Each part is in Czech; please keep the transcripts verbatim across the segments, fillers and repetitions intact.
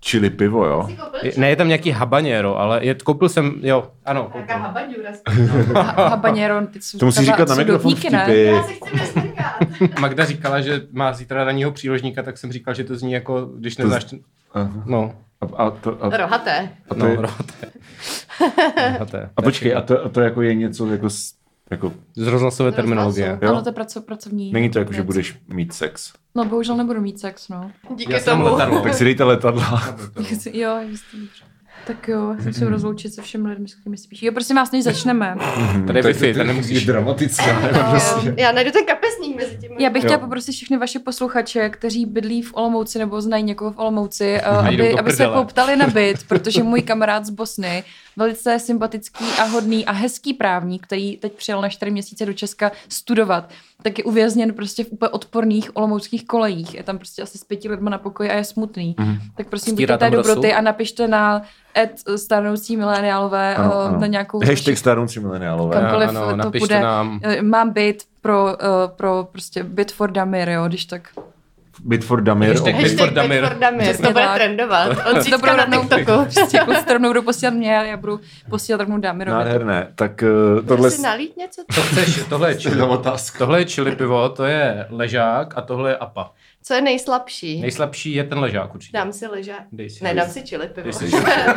chili pivo, jo? Ne, je tam nějaký habanero, ale je, koupil jsem, jo, ano. Jaká habanera? Habanero, ty jsou to musí říkat na mikrofon vtipy. Já si chci nestrkat. Magda říkala, že má zítra ranního příložníka, tak jsem říkal, že to zní jako, když neznáš ten... No. A, a to, a, Rohaté. a to No, je, rohaté. rohaté. a počkej, a to, a to jako je něco jako... jako Z rozhlasové terminologie. jo? Ano, to je praco, pracovní. Není to jako, že věc. budeš mít sex. No, bohužel nebudu mít sex, no. Díky Já jsem tomu. letadlo. Tak si dejte letadla. Jo, jistě. Tak jo, já se rozloučit se všemi lidmi, s kterými spíš. Jo, prosím vás, než začneme. Tady je Wi-Fi, tady nemusíš. dramatická. Jo, Já najdu ten kapesník mezi těmi. Já bych Jo. chtěla poprosit všechny vaše posluchače, kteří bydlí v Olomouci nebo znají někoho v Olomouci, uh, A jdou aby, do aby se prdele. poptali na byt, protože můj kamarád z Bosny, velice sympatický a hodný a hezký právník, který teď přijel na čtyři měsíce do Česka studovat, tak je uvězněn prostě v úplně odporných olomouckých kolejích. Je tam prostě asi s pěti lidma na pokoji a je smutný. Mhm. Tak prosím, Stírá buďte té tam rosu? dobroty a napište na ed starnoucí mileniálové Ano, uh, ano. na nějakou... Hashtag starnoucí mileniálové. Kamkoliv Ano, to napište bude. nám. Eh, Mám byt pro, uh, pro prostě byt for Damir, jo, když tak. Bit for Damir. Hashtag opět. Bit for Damir. Bit for Damir. Přesně To bude tak. trendovat. Od To zítra budou na rovnou, TikToku. prostě kluci rovnou budou posílat mě a já budu posílat rovnou Damirovi. Nádherné. Tak uh, tohle... Tohle si nalít něco? To chceš, tohle je To je chili. otázka. Tohle je chili pivo, to je ležák a tohle je apa. Co je nejslabší? Nejslabší je ten ležák určitě. Dám si ležák. Dej si. Ne, dám si chili pivo. Dej si.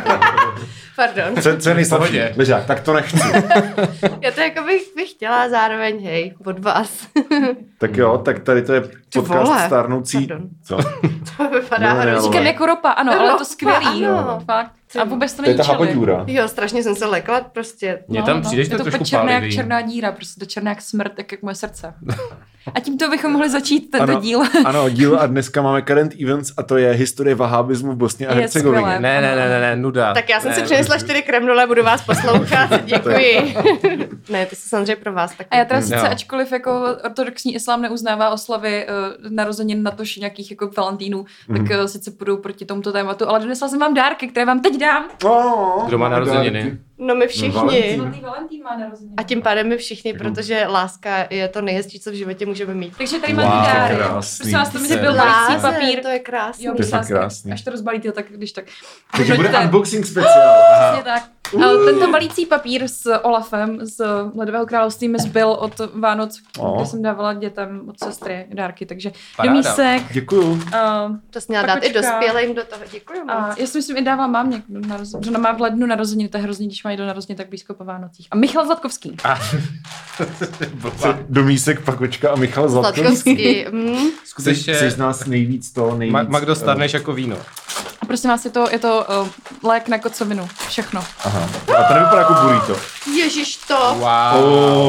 Pardon. Co, co je nejslabší? Pohodě. Ležák, tak to nechci. Já to jako bych, bych chtěla zároveň, hej, od vás. Tak jo, tak tady to je podcast vole. stárnoucí. Pardon. Co? To vypadá No, ne, hrozně. Říkám jako ropa, ano, ale je to Ropa, skvělý. ano. Fakt. A vůbec to To je není ta chili. habodůra. Jo, strašně jsem se lekla, prostě. Mně tam přijdeš, to je je to trošku úplně černá jak pálivý. černá díra, prostě to černá jak smrt, tak jak moje srdce. A tímto bychom mohli začít tento Ano, díl. ano, díl a dneska máme current events a to je historie vahábismu v Bosně a Je Hercegovině. skvělé. Ne, ne, ne, ne, ne, nuda. Tak já jsem ne, si přinesla čtyři kremnule, budu vás poslouchat, děkuji. Ne, ty jsi samozřejmě pro vás taky. A já teda sice, Jo. ačkoliv jako ortodoxní islám neuznává oslavy uh, narozenin natož nějakých jako Valentínů, Mhm. tak uh, sice půjdu proti tomuto tématu, ale donesla jsem vám dárky, které vám teď dám. Oh, Kdo má narozeniny? No my všichni. Valentín. Svatý Valentín má narozeniny. A tím pádem my všichni, protože láska je to nejhezčí, co v životě můžeme mít. Takže tady Wow, mám dárky. krásný. Prosím vás, to mi To je byl balící Láze, papír. to je krásný. Jo, To je prosím fakt vás, krásný. až to rozbalíte, tak když tak. Takže bude Pojďte. unboxing speciál. Přesně tak. Uh, tento balící papír s Olafem z Ledového království mi zbyl od Vánoc, O. kde jsem dávala dětem od sestry dárky, takže Paráda. do mísek. Děkuju. Uh, To jsi měla dát i Pakočka. dospělým do toho. Děkuji a moc. já si myslím, i dávám mámě narozeniny, že ona má v lednu narozeniny, to je hrozně, když mají do narozeniny tak blízko po Vánocích. A Michal Zlatkovský. Co, do mísek Pakočka a Michal Zlatkovský. Zlatkovský. Mm. Skutečně, Jsi z nás nejvíc to, nejvíc. Ma- Magdo, starneš jako víno. A prosím vás, je to, je to uh, lék na kocovinu. Všechno. Aha. A to nevypadá jako burrito. Ježiš to. Wow.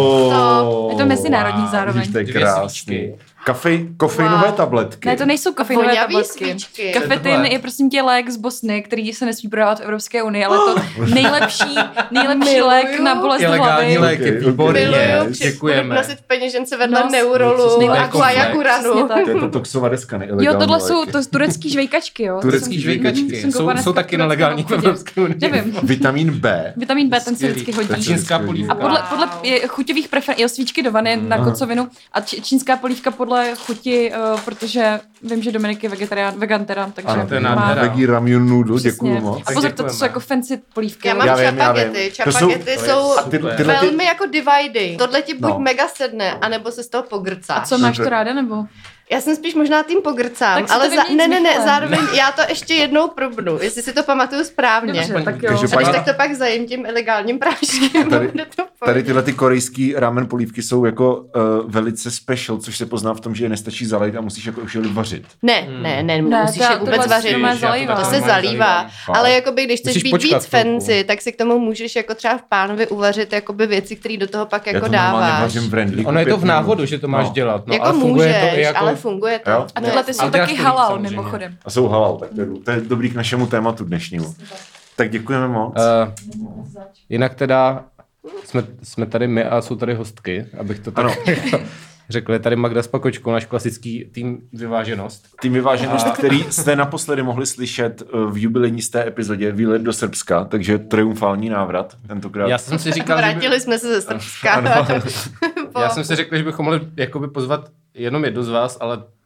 Oh, Je to mezinárodní wow. zároveň. Vidíš, to je Dvě krásný. svíčky. Kafej, kofeinové Wow. tabletky. Ne, to nejsou kofeinové Voňavý tabletky. svíčky. Kafetin tohle. je prosím tě lék z Bosny, který se nesmí prodávat v Evropské unii, ale to nejlepší, nejlepší Miluju. lék na bolest Ilegální hlavy. léky, Okay, výborně, Miluju, při- děkujeme. budu nosit v peněžence vedle No, Neurolu přesně a tak. Guayaguranu. Přesně tak. To je ta toxová deska, nelegální Jo, tohle léky. jsou to turecký žvejkačky, jo. Turecký Jsem- žvejkačky. jsem Jsou, koupila jsou dneska taky v tureckém nelegální v obchodě. Evropské unii. Nevím. Vitamin B. Vitamin B, ten se Skvělý. vždycky To je hodí. čínská Wow. polívka. A podle, Wow. podle je, chuťových preferencí, jo, svíčky do vany na Aha. kocovinu a či, čínská polívka podle chuti, uh, protože vím, že Dominik je vegetarián, veganterán, takže Ano, to je má... nádhera. Veggie ramyun noodle, Přesně. děkuju moc. A pozor, to, to Děkujeme. jsou jako fancy polívky. Já jo. mám Já vím, já vím. čapagety. To jsou- Čapagety to je jsou A ty, super. tyhle ty, velmi jako dividing. Tohle ti buď No. mega sedne, anebo se z toho pogrcáš. A co máš to ráda, nebo? Já jsem spíš možná tým pogrcám, Tak si ale to za, vyměň ne, s ne, ne, Michalem. zároveň já to ještě jednou probnu, jestli si to pamatuju správně. Dobře, tak jo. Takže Až paní- tak to pak zajím tím ilegálním práškem. Tady- bude to v tady pohodě. tyhle ty korejský ramen polívky jsou jako uh, velice special, což se pozná v tom, že je nestačí zalejt a musíš jako už je vařit. Ne, ne, ne, Ne, musíš to- je vůbec tohle vařit. se normálně zalívá. To se normálně zalívá. Ale jakoby, když chceš Musíš být počkat víc chvilku. fancy, tak si k tomu můžeš jako třeba v pánovi uvařit jakoby věci, které do toho pak Já jako to normálně dáváš. vařím v rendlíku. Ono je to pět v minut. návodu, že to máš No. dělat. No, Jako ale funguje můžeš, to i jako... ale funguje to. Jo? A No, tyhle ty jsou ale taky děláš to halal, líp, samozřejmě. mimochodem. A jsou halal, tak to je, to je dobrý k našemu tématu dnešnímu. Tak děkujeme moc. Uh, jinak teda jsme, jsme tady my a jsou tady hostky, abych to tak Ano. řekl. Je tady Magda s Pakočkou, náš klasický tým vyváženost. Tým vyváženost, který jste naposledy mohli slyšet eh, v jubilejní z té epizodě Výlet do Srbska, takže triumfální návrat tentokrát. Já jsem si říkal, že by, Vrátili jsme se ze Srbska. Ano. Po- já jsem si řekl, že bychom mohli jakoby pozvat jenom jednu z vás, ale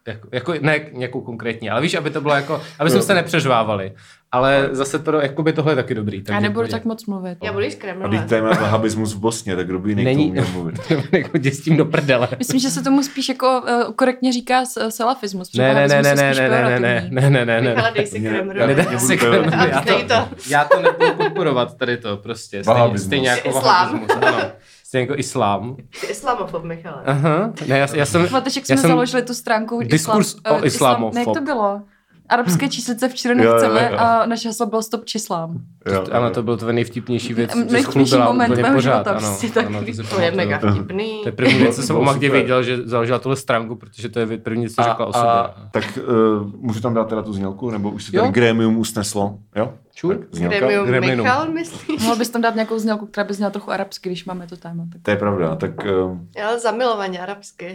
Jako, jako, ne nějakou konkrétní, ale víš, aby to bylo jako, aby jsme se nepřeřvávali. Ale zase to, jako by tohle je taky dobrý. Já nebudu tak moc mluvit. Já budu jíst A kremlové. teď téma vahabismus v Bosně, tak kdo by jiný Není, k tomu měl mluvit. jako jdi s tím do prdele. Myslím, že se tomu spíš jako uh, korektně říká s- salafismus. Ne, ne, ne, ne, Salafismus je ne, spíš ne, ne, ne, pejorativní. ne, ne, ne, ne. Michala, dej si Ne, kremlové. Nedej nebudu si to- kremlové, A já dej to, to. já to nebudu podporovat tady to prostě. Stejně, Vahabismus. stejně jako Islám. vahabismus, ano. Stejně jako islám. Ty islamofob, Michale. Aha, ne, já, já jsem... Pateček já jsme jsem založili tu stránku diskurs islam, o eh, islamofob. Ne, jak to bylo? Arabské číslice včera Jo, jo, nechceme jo. a naše heslo bylo stop čislám. Jo, Ano, to byl to nejvtipnější věc, M- že nejvtipnější schlubila moment úplně mého pořád. života, Ano, prostě tak. ano, to, se To je pamatuju. mega vtipný. To je první věc, co jsem To o bylo Magdě super. věděl, že založila tuhle stránku, protože to je první, co řekla o sobě. tak uh, můžu tam dát teda tu znělku, nebo už se Jo. tady grémium usneslo, jo? Čur? Tak znělka. Gremium Gremlinum. Michal, myslíš? Mohl bys tam dát nějakou znělku, která by zněla trochu arabsky, když máme to téma. Tak. To je pravda, tak uh, Ale zamilovaně arabsky.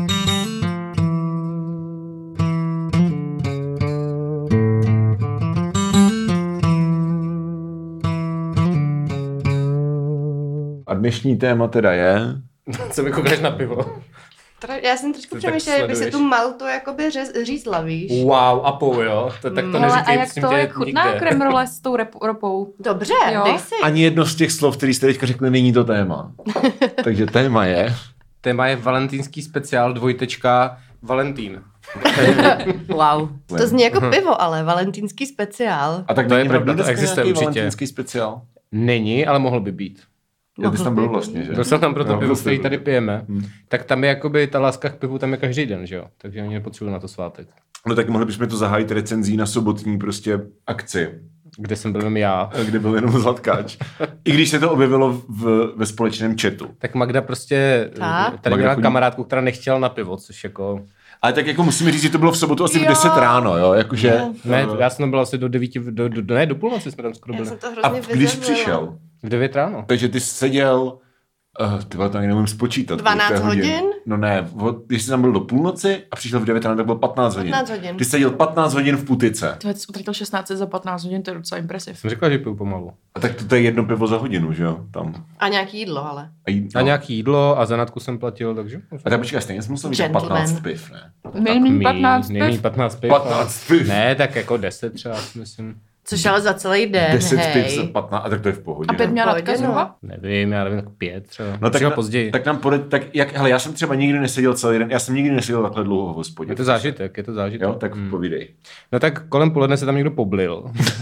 a dnešní téma teda je... Co mi koukáš na pivo? Tra- Já jsem trošku To přemýšlela, tak jak by si sleduješ. tu maltu jakoby řez, řízla, víš? Wow, a půl, jo? To, tak to Mm. No, ale a neříkej, jak prosím to, tě, jak chutná nikde. kremrole s tou rep- ropou? Dobře, Jo. dej si. Ani jedno z těch slov, které jste teďka řekli, není to téma. Takže téma je... Téma je valentýnský speciál dvojtečka Valentín. Wow. To zní jako pivo, ale valentýnský speciál. A tak To je není pravda, dneska to existuje nějaký určitě. valentýnský speciál? Není, ale mohl by být. Jo, ty jsi tam byl vlastně, že? Byl jsem tam pro to Jo, pivo, byl který jsi. tady pijeme. Hmm. Tak tam je jakoby ta láska k pivu tam je každý den, že jo? Takže oni nepotřebují na to svátek. No tak mohli bychom to zahájit recenzí na sobotní prostě akci, Kde jsem byl jenom já. kde byl jenom Zlatkáč. I když se to objevilo v, ve společném chatu. Tak Magda prostě Tak. tady Magda měla chodí- kamarádku, která nechtěla na pivo, což jako... Ale tak jako musíme říct, že to bylo v sobotu asi v Jo. deset ráno, jo? Jakože... Jo. Ne, já jsem tam byl asi do devíti, do, do, do, ne, do půlnoci jsme tam skoro Já byli. jsem to A hrozně když vyzvedla. přišel, V devět ráno. takže ty jsi seděl... Uh, ty vole, to ani nemůžu spočítat. dvanáct kolik to je hodin? No ne, od, když jsi tam byl do půlnoci a přišel v devět ráno, tak bylo patnáct hodin. patnáct hodin. Ty jsi seděl patnáct hodin v Putice. Ty jsi utratil šestnáct za patnáct hodin, to je docela impresiv. Jsem říkal, že piju pomalu. A tak to, to je jedno pivo za hodinu, že jo? Tam. A nějaký jídlo, ale. A, jí, A nějaký jídlo a za natku jsem platil, takže... a tak počkej, stejně jsi musel mít Gentleman. patnáct piv, ne? Nejméně patnáct Nejméně piv. patnáct piv. patnáct piv. Ne, tak jako deset třeba, si myslím. Což ale za celý den, deset piv hej. za patnáct, a tak to je v pohodě. A pět no. měla Pohodě, Radka no. zhruba? Nevím, já nevím, tak pět třeba. No tak, Třeba na, později. tak nám pode, tak jak, hele, já jsem třeba nikdy neseděl celý den, já jsem nikdy neseděl takhle dlouho v hospodě. Je to zážitek, je to zážitek. Jo, tak hmm. povídej. No tak kolem poledne se tam někdo poblil.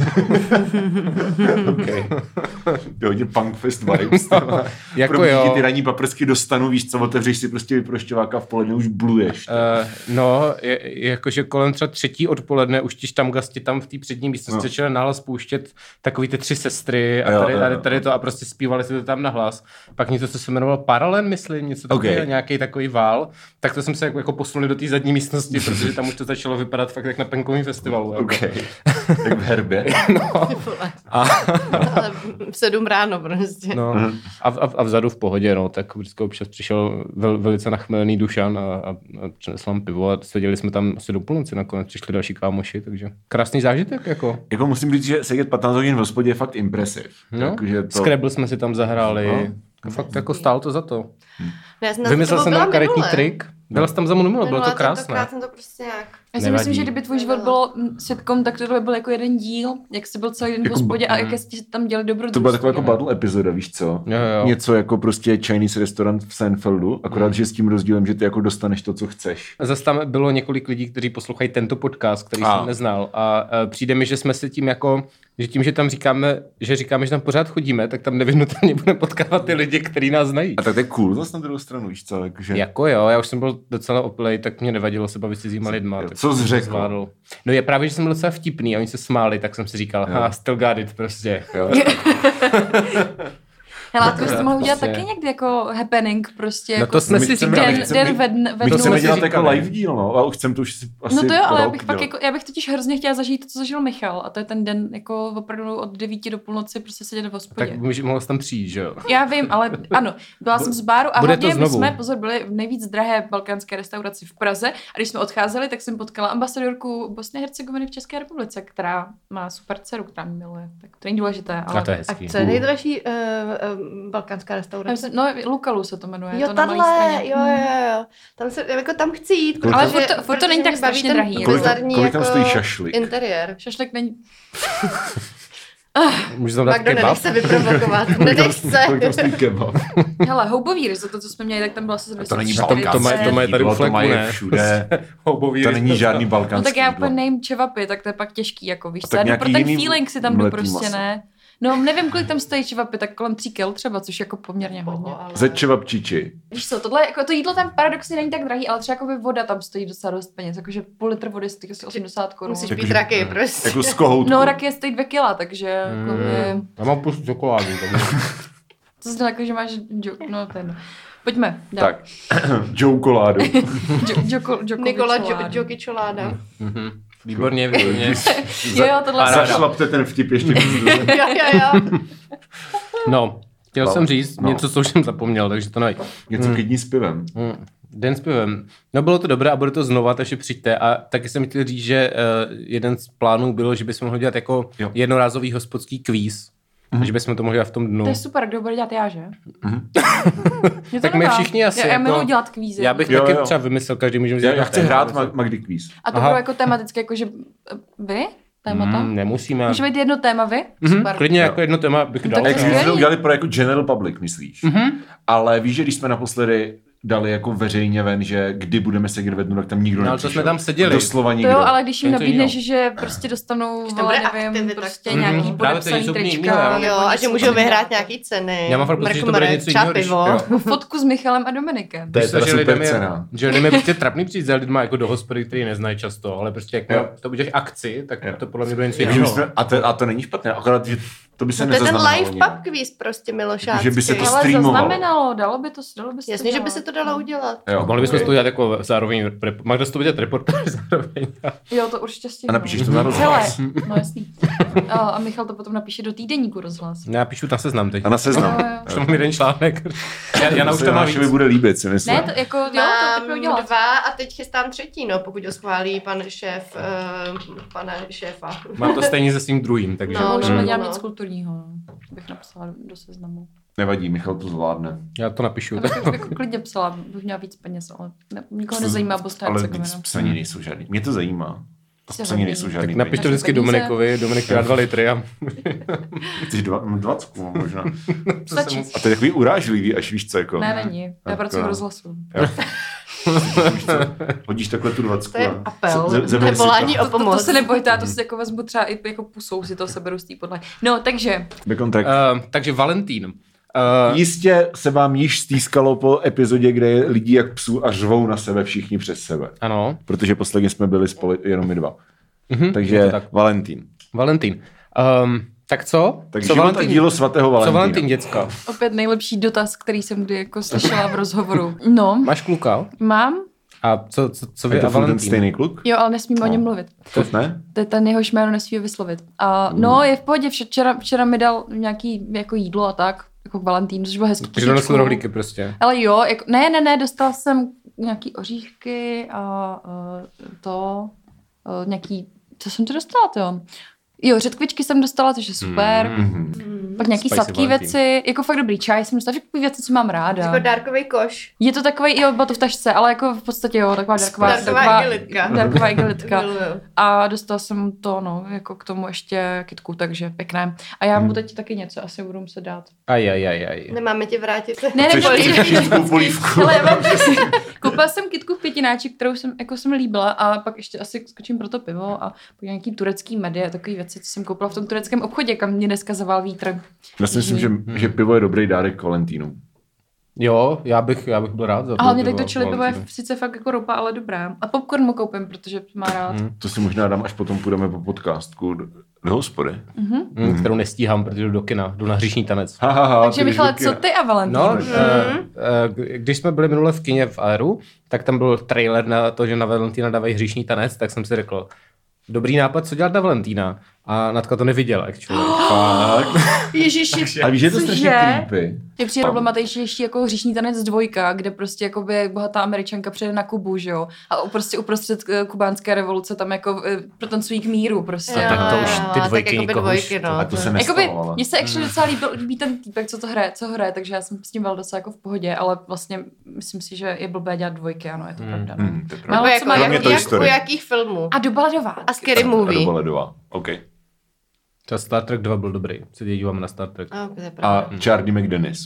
Okay. Ty hodně punkfest vibes. Jako Pro jo. díky ty ranní paprsky dostanu, víš co, otevřeš si prostě vyprošťováka v poledne, už bluješ. Uh, no, je, je jakože kolem třeba třetí odpoledne už ti štamgasti tam v té přední místnosti No. začali nahlas pouštět takový ty tři sestry a Jo, tady, jo, tady, jo. tady to a prostě zpívali si to tam nahlas. Pak něco, co se jmenovalo Paralen, myslím, něco takového, Okay. nějaký takový vál. Tak to jsem se jako, jako posunuli do té zadní místnosti, protože tam už to začalo vypadat fakt jak na penkovém festivalu. Jako. OK. Jak v herbě. A, Ale v sedm ráno prostě. no, a, a, a vzadu v pohodě, no, tak vždycky občas přišel vel, velice nachmelený Dušan a, a, a přinesl nám pivo a seděli jsme tam asi do půlnoci, nakonec přišli další kámoši, takže krásný zážitek, jako. Jako musím říct, že sedět patnáct hodin v hospodě je fakt impresiv. No, Jakože to... Scrabble jsme si tam zahráli, No. fakt jako stálo to za to. Já jsem na Vymyslel to jsem byla tam karetní minule. trik, byla jsi tam za mnou minule, bylo Minule, to krásné. Tentokrát jsem to prostě nějak... Já si Nevadí. myslím, že kdyby tvůj život byl mm, sitcom, tak to by byl jako jeden díl, jak jsi byl celý den v Jako- hospodě a mm. jaké jste tam dělali dobrodružství. To byla taková jako battle epizoda, víš co? Jo, jo. Něco jako prostě Chinese restaurant v Seinfeldu, akorát, že s tím rozdílem, že ty jako dostaneš to, co chceš. Zase tam bylo několik lidí, kteří poslouchají tento podcast, který A. jsem neznal a uh, přijde mi, že jsme se tím jako, že tím, že tam říkáme, že říkáme, že tam pořád chodíme, tak tam nevyhnutelně budeme potkávat ty lidi, kteří nás znají. A tak to je cool zase na druhou stranu, víš co? Jakože... Jako jo, já už jsem byl docela oplej, tak mě nevadilo se bavit s cizíma lidma. Jo, tak co jsi jsem to řekl? zvládl. No je právě, že jsem byl docela vtipný a oni se smáli, tak jsem si říkal, ha, still got it prostě. Jo. Hele, to byste mohli udělat Prostě. taky někdy jako happening, prostě No jako to jsme My si chceme- říkali. my den, chceme- den ve, dne- ve My dnu. chceme si dělat jako říkali. live díl, no, ale už chcem to už si asi No to jo, ale já rok bych, fakt dělat. jako, já bych totiž hrozně chtěla zažít to, co zažil Michal. A to je ten den jako opravdu od devíti do půlnoci prostě sedět v hospodě. Tak může, mohl jsi tam přijít, že jo? Já vím, ale ano, byla jsem z báru a Bude to hlavně my znovu. jsme, pozor, byli v nejvíc drahé balkánské restauraci v Praze a když jsme odcházeli, tak jsem potkala ambasadorku Bosny a Hercegoviny v České republice, která má super dceru, která mě miluje. Tak to není důležité, ale... A to je hezký. Co je nejdražší uh, balkánská restaurace. Myslím, no, Lukalu se to jmenuje. Jo, to na tahle, malý straně. jo, jo, jo. Tam, se, jako tam chci jít, Kolik Ale to- furt to, furt to není tak strašně drahý. Ten Kolik tam- bizarní kolik tam jako stojí šašlik? interiér. Šašlek není... Můžu tam dát Magdo, kebab? nenech se vyprovokovat. Nenech se. Kolik tam stojí kebab? Hele, houbový risotto, co jsme měli, tak tam bylo asi za To není dvě stě čtyřicet. to má- to má- tady u jídlo, to fleku, mají ne? všude. Houbový To není risotto. žádný No balkánský tak já jídlo. úplně nejím čevapy, tak to je pak těžký, jako víš A co. tak Já jdu nějaký pro ten jiný feeling si tam jdu mletý prostě, maso. ne. No nevím, kolik tam stojí čevapy, tak kolem tří kil třeba, což jako poměrně hodně. Ze čevapčiči. Víš co, tohle, jako to jídlo tam paradoxně není tak drahý, ale třeba jako by voda tam stojí docela dost peněz, jakože půl litr vody stojí asi osmdesát korun. Musíš Takže- pít raky, prostě. Jako z kohoutku. No raky stojí dvě kila, takže jako by, Já mám půl čokoládu. to znamená jako, že máš, jo, no to je jedno. Pojďme. dál. Tak, Joe Koládu. Jo- Joko- Djokovic Nikola čokoládu. Joki Čoláda. Výborně, výborně. Jo, jo, tohle jsem... Zašlapte ten vtip ještě víc. Jo, jo, jo. No, chtěl No. jsem říct No. něco, co už jsem zapomněl, takže to nevadí. Něco k jídní s pivem. Mm. Den s pivem. No bylo to dobré a bude to znova, takže přijďte. A taky jsem chtěl říct, že uh, jeden z plánů bylo, že bychom mohli dělat jako Jo. jednorázový hospodský kvíz. Mm. Že bychom to mohli dělat v tom dnu. To je super, kdo bude dělat já, že? Mě to Tak my nedá. všichni asi, Já, já jako- miluji dělat kvízy. Já bych Jo, taky jo. třeba vymyslel, každý můžeme Já, dělat já chci nějaké- hrát Ma- Magdy Quiz. A to Aha. bylo jako tematické, jako že eh, vy? Témata? Mm, nemusíme. Může být jedno téma vy? Mhm, Super. klidně jako jedno téma bych No dal. tak Jak to jsme je to skvělý. udělali pro jako general public, myslíš? Mhm. Ale víš, že když jsme naposledy dali jako veřejně ven, že kdy budeme sedět ve dnu, tak tam nikdo No, ale nepřišel. to jsme tam seděli. Doslova To nikdo. jo, ale když jim To je něco nabídneš, jiného. že prostě dostanou, Že tam vole, bude nevím, aktivita, prostě tak- nějaký Mhm. Právě to podepsaný jsou úplně trička. jiného. Jo, a že něco můžou podobného. vyhrát nějaký ceny. Já mám fakt pocit, že to Mrk, bude mrk, něco třeba jiného, když- pivo. jo. Fotku s Michalem a Dominikem. To je teda že super lidem je- cena. Že lidem je prostě trapný přijít za lidma jako do hospody, který neznají často, ale prostě jako Jo. to uděláš akci, tak Jo. to podle mě bude něco Takže my jiného. jsme, a, to, a to není špatné, akorát, že to by se No to je ten nezaznamenalo live nějak. pub quiz prostě, Milošácky. Že by se to Ale streamovalo. zaznamenalo, dalo by to, dalo by se Jasně, to že by dělat. se to dalo udělat. Jo, Mohli bychom ok. to udělat jako zároveň, rep- Magda to udělat reportáž zároveň. Jo, to určitě stihnu. A napíšeš to na rozhlas. Hele, no jasný. A, a Michal to potom napíše do týdeníku rozhlas. Já píšu na seznam teď. A na seznam. Jo, jo. Už tam mám jeden článek. Já, já To už se tam mám víc. Janášovi bude líbit, si myslím. Ne, to jako, jo, to teprve Mám udělat. dva a teď chystám třetí, no, pokud ho schválí pan šéf, uh, pana šéfa. Mám to stejně se svým druhým, takže... No, Můžeme no, dělat no. nic kulturního, no. Bych napsala do seznamu. Nevadí, Michal to zvládne. Já to napíšu. Já bych jako klidně psala, bych měla víc peněz, ale ne, nikoho nezajímá Bosna Ale Hercegovina. psaní nejsou žádný. Mě to zajímá. Se Psaní nejsou hodí. žádný. Tak napiš to peníze. vždycky Peníze. Dominikovi, Dominik dá dva litry a... Chceš dva, no dvacku možná. Stačí. A to je takový urážlivý, až víš co, jako. Ne, není. Já Tak pracuji v jo. rozhlasu. Jo. Víš co, hodíš takhle tu dvacku. To je a apel, ze- to zeber je si volání to. o To, to, to pomoc. se nebojte, já to si jako vezmu třeba i jako pusou, si to seberu z té podlahy. No, takže, Bacon track. Uh, takže Valentín. Uh, Jistě se vám již stýskalo po epizodě, kde je lidi jak psů a řvou na sebe všichni přes sebe. ano, Protože posledně jsme byli spolu jenom my dva. Mhm, Takže je to tak. Valentín. Valentín. Um, tak co? Tak co život a dílo svatého Co Valentína. Valentín, děcka? opět nejlepší dotaz, který jsem kdy jako slyšela v rozhovoru. No, Máš kluka? mám, A co, co, co Je vy to a furt ten Valentín? stejný kluk? jo, ale nesmím o něm mluvit. To ne? To je ten jehož jméno nesmí vyslovit. A no, je v pohodě, vše- včera, včera mi dal nějaký jako jídlo a tak, jako Valentín, což bylo hezký. Takže donesl kytičku. rohlíky prostě. Ale jo, jako, ne, ne, ne, dostal jsem nějaký oříšky a uh, to, uh, nějaký, co jsem to dostala, to? Jo, řetkvičky jsem dostala, což je super. Mhm. Pak nějaký Spicy sladký Valentín. věci, jako fakt dobrý čaj jsem dostala, takové věci, co mám ráda. Jako dárkový koš. Je to takový, jo, bylo to v tašce, ale jako v podstatě jo, taková dárková, Dárková igelitka. dárková igelitka. Miluju. A dostala jsem to, no, jako k tomu ještě kytku, takže pěkné. A já mu teď taky něco asi budu muset dát. Aj, aj, aj, aj. Nemáme tě vrátit. Ne, ne, Chceš počkej. čínskou polívku? Ale já mám, koupila jsem kytku v pětináči, kterou jsem, jako jsem líbila a pak ještě asi skočím pro to pivo a pak nějaký turecký medy a takové věci, co jsem koupila v tom tureckém obchodě, kam mě dneska zaval vítr. Já si myslím, že, že pivo je dobrý dárek k Valentínu. Jo, já bych, já bych byl rád za A to. hlavně teď pivo, to chili pivo je Valentínu. sice fakt jako ropa, ale dobrá. A popcorn mu koupím, protože má rád. Hmm. To si možná dám, až potom půjdeme po podcastku do, do hospody. Hmm, kterou nestíhám, protože jdu do kina, jdu na hříšní tanec. Ha, ha, ha, Takže ty jdeš Michale, do kina. co ty a Valentín? No, uh, uh, když jsme byli minule v kině v Aeru, tak tam byl trailer na to, že na Valentína dávají hříšní tanec, tak jsem si řekl, dobrý nápad, co dělat na Valentína. A Natka to neviděla, actually. Fakt. Ježiši. A víš, že je to Cože? strašně creepy. Mě přijde problematičnější jako Hříšní tanec dvojka, kde prostě jakoby bohatá Američanka přijde na Kubu, že jo? A prostě uprostřed eh, kubánské revoluce tam jako eh, protancují k míru prostě. Jo, tak to už ty jo, dvojky tak jakoby nikoho už- dvojky, no. A to se Jakoby, nestalo, ale. mně se actually docela líbil, líbí ten týpek, co to hraje, co ho hraje, takže já jsem s ním byl docela jako v pohodě, ale vlastně myslím si, že je blbé dělat dvojky, ano, je to pravda. No. Hmm, to je No, pravda. ale Jako, co má jak, Kromě jak, Toy jak, Story. u jakých filmů? A doba ledová. A Scary Movie. Doba ledová. OK. Ta Star Trek dva byl dobrý. Se díváme na Star Trek. A, to je pravda. A Charlie McDennis.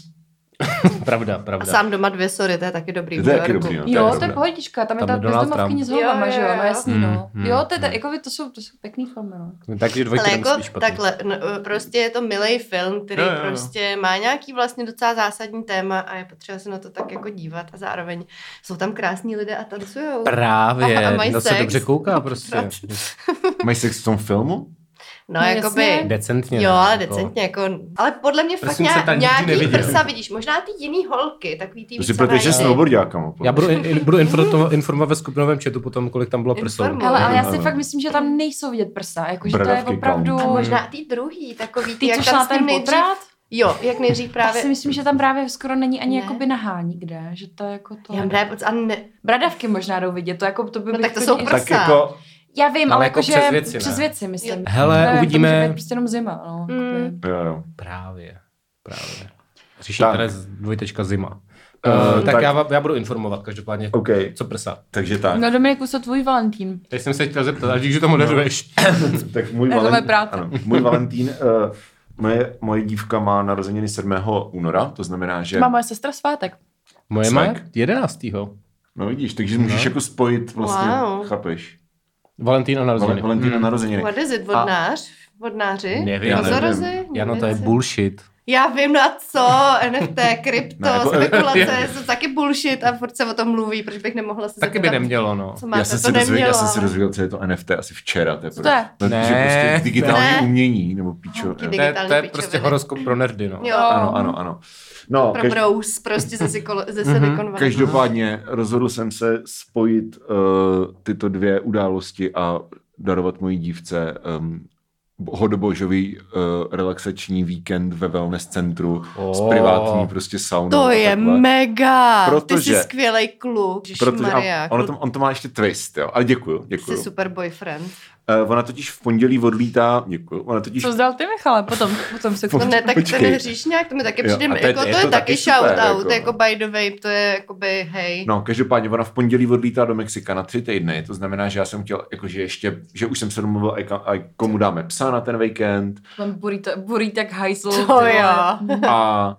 Pravda, A pravda. sám doma dvě, sorry, to je taky dobrý. To je taky New Yorku. dobrý, no. Jo, je to je pravda. pohodička, tam je Tam ta je Donald bezdomovkyně s Trump. holvama, Jo, že jo, jo, no jo. jasný, Mm, no. mm, Jo, to je, ta, mm. jako to jsou, to jsou pěkný filmy, no. Takže dvojky Ale nemusí jako být špatný. takhle, no, prostě je to milej film, který Jo, jo, jo. prostě má nějaký vlastně docela zásadní téma a je potřeba se na to tak jako dívat a zároveň jsou tam krásní lidé a tancujou. Právě, A- a mají to se sex. dobře kouká prostě. Mají sex v tom filmu? No, No, jakoby... jasně. Decentně. Jo, ne, ale jako- decentně, jako... Ale podle mě fakt Prosím se, ta nějak, nikdy nějaký neviděl. prsa vidíš. Možná ty jiný holky, takový ty To si víc protože najde. snowboardiákama. Já budu, in, budu informovat, informovat ve skupinovém chatu potom, kolik tam bylo prsou. Informuj. Hele, ale já si Ano. fakt myslím, že tam nejsou vidět prsa, jakože to je Bradavky, opravdu... A možná ty druhý, takový ty, Ty, jak co tam šla s tím ten nejdřív... potrat? Jo, jak nejdřív Já právě... si myslím, že tam právě skoro není ani Ne. jakoby nahá nikde, že to je jako to... Já mám právě pocit, a ne... Bradavky možná jdou vidět, to jako to by No bych tak to klidně- jsou prsa. Tak jako... Já vím, Ale ale jako jakože přes věci, ne? přes věci, myslím. Hele, To je- uvidíme- To může být prostě jenom zima, no. Mm. jakoby. Jo, jo. Právě, právě. Řeší Tak. tady dvojtečka zima. Eh, Uh, tak tak- já, va- já budu informovat každopádně, OK. co prsa. Takže tak. No Dominiku, co tvůj Valentín? Teď jsem se chtěl zeptat, až když to moderuješ. Tak můj, Je to moje Valent... práce. ano, můj Valentín, uh, moje, moje dívka má narozeniny sedmého února, to znamená, že... Má moje sestra svátek. Moje má Cvak. jedenáctého No vidíš, takže můžeš jako spojit vlastně, Wow. chápeš? Valentín a Val- narozeniny. Valentína narozeniny. What is it, vodnář? Vodnáři? Nevím, Já nevím. Kozorozy? Jano, to je Něco? bullshit. Já vím, na co, N F T, krypto, Ne, jako- spekulace, jsou taky bullshit a furt se o tom mluví, proč bych nemohla se Taky by zeptat, nemělo, no. co máte, Já jsem, to si dozvěděl, nemělo. já jsem si dozvěděl, co je to N F T asi včera. To je Co to je? No, Ne. že prostě digitální Ne. umění, nebo píčo. Nějaký jo. To je, digitální to je pičoviny. prostě horoskop pro nerdy, no. Jo, Ano, ano, ano. No, pro kaž, bros, prostě ze, Sikolo, ze Silicon Valley. každopádně rozhodl jsem se spojit uh, tyto dvě události a darovat mojí dívce um, hodobožový uh, relaxační víkend ve wellness centru Oh. s privátní prostě saunou. To a je takhle. mega, ty Protože- jsi skvělej kluk, Protože Maria, a ono to, on to má ještě twist, jo. Ale děkuju, děkuju. jsi super boyfriend. Uh, ona totiž v pondělí odlítá, děkuju, ona totiž Co zdal ty, Michale? Potom, potom se... No ne, tak Počkej. ten hříšňák, to mi taky Jo, přijde, a to je- jako, je to je to taky taky super, shoutout, jako. jako by the way, to je jakoby hej. No, každopádně ona v pondělí odlítá do Mexika na tři týdny, to znamená, že já jsem chtěl, jakože ještě, že už jsem se domluvil, a, ka- a komu dáme psa na ten víkend Tam burí, to, burí tak hajzl. To ty vole. jo. a,